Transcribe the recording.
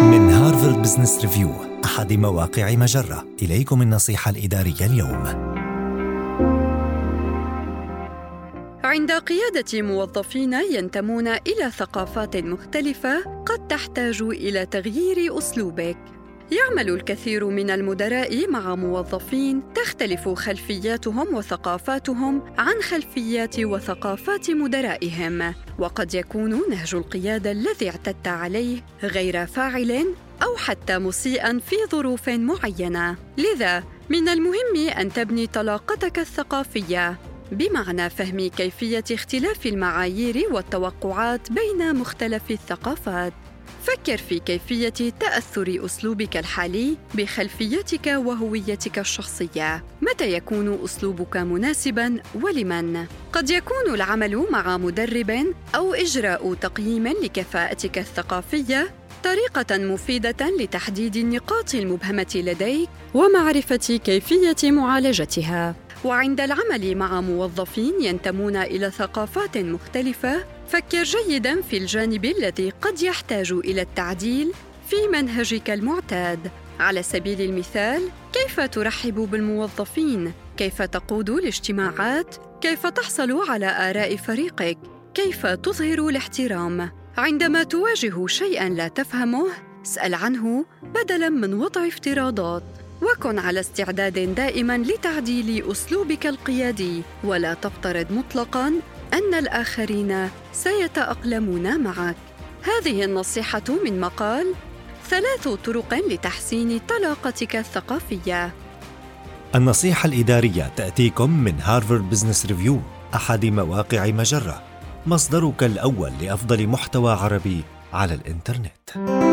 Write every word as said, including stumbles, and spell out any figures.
من هارفارد بزنس ريفيو، أحد مواقع مجرة، إليكم النصيحة الإدارية اليوم. عند قيادة موظفين ينتمون إلى ثقافات مختلفة، قد تحتاج إلى تغيير أسلوبك. يعمل الكثير من المدراء مع موظفين تختلف خلفياتهم وثقافاتهم عن خلفيات وثقافات مدرائهم، وقد يكون نهج القيادة الذي اعتدت عليه غير فاعل أو حتى مسيئاً في ظروف معينة. لذا من المهم أن تبني طلاقتك الثقافية، بمعنى فهم كيفية اختلاف المعايير والتوقعات بين مختلف الثقافات. فكر في كيفية تأثر أسلوبك الحالي بخلفيتك وهويتك الشخصية. متى يكون أسلوبك مناسباً ولمن؟ قد يكون العمل مع مدرب أو إجراء تقييم لكفاءتك الثقافية طريقة مفيدة لتحديد النقاط المبهمة لديك ومعرفة كيفية معالجتها. وعند العمل مع موظفين ينتمون إلى ثقافات مختلفة، فكر جيداً في الجانب الذي قد يحتاج إلى التعديل في منهجك المعتاد. على سبيل المثال، كيف ترحب بالموظفين؟ كيف تقود الاجتماعات؟ كيف تحصل على آراء فريقك؟ كيف تظهر الاحترام؟ عندما تواجه شيئاً لا تفهمه، اسأل عنه بدلاً من وضع افتراضات. وكن على استعداد دائماً لتعديل أسلوبك القيادي، ولا تفترض مطلقاً أن الآخرين سيتأقلمون معك. هذه النصيحة من مقال ثلاث طرق لتحسين طلاقتك الثقافية. النصيحة الإدارية تأتيكم من هارفارد بزنس ريفيو، أحد مواقع مجرة، مصدرك الأول لأفضل محتوى عربي على الإنترنت.